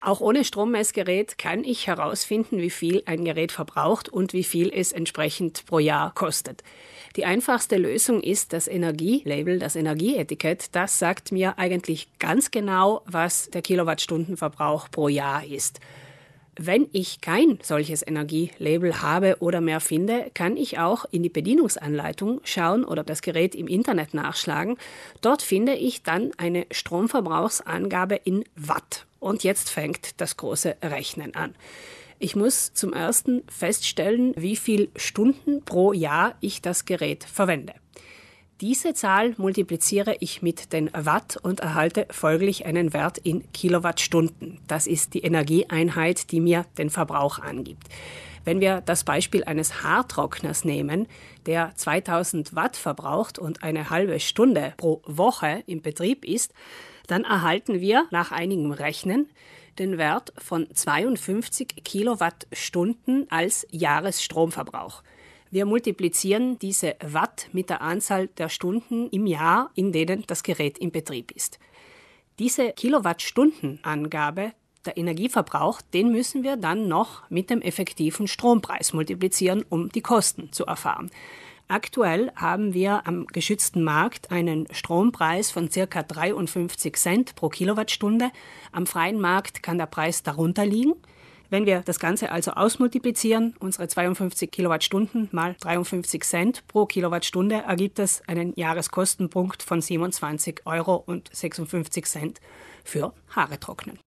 Auch ohne Strommessgerät kann ich herausfinden, wie viel ein Gerät verbraucht und wie viel es entsprechend pro Jahr kostet. Die einfachste Lösung ist das Energielabel, das Energieetikett. Das sagt mir eigentlich ganz genau, was der Kilowattstundenverbrauch pro Jahr ist. Wenn ich kein solches Energielabel habe oder mehr finde, kann ich auch in die Bedienungsanleitung schauen oder das Gerät im Internet nachschlagen. Dort finde ich dann eine Stromverbrauchsangabe in Watt. Und jetzt fängt das große Rechnen an. Ich muss zum ersten feststellen, wie viele Stunden pro Jahr ich das Gerät verwende. Diese Zahl multipliziere ich mit den Watt und erhalte folglich einen Wert in Kilowattstunden. Das ist die Energieeinheit, die mir den Verbrauch angibt. Wenn wir das Beispiel eines Haartrockners nehmen, der 2000 Watt verbraucht und eine halbe Stunde pro Woche im Betrieb ist, dann erhalten wir nach einigem Rechnen den Wert von 52 Kilowattstunden als Jahresstromverbrauch. Wir multiplizieren diese Watt mit der Anzahl der Stunden im Jahr, in denen das Gerät im Betrieb ist. Diese Kilowattstundenangabe, der Energieverbrauch, den müssen wir dann noch mit dem effektiven Strompreis multiplizieren, um die Kosten zu erfahren. Aktuell haben wir am geschützten Markt einen Strompreis von ca. 53 Cent pro Kilowattstunde. Am freien Markt kann der Preis darunter liegen. Wenn wir das Ganze also ausmultiplizieren, unsere 52 Kilowattstunden mal 53 Cent pro Kilowattstunde, ergibt das einen Jahreskostenpunkt von 27,56 € für Haare trocknen.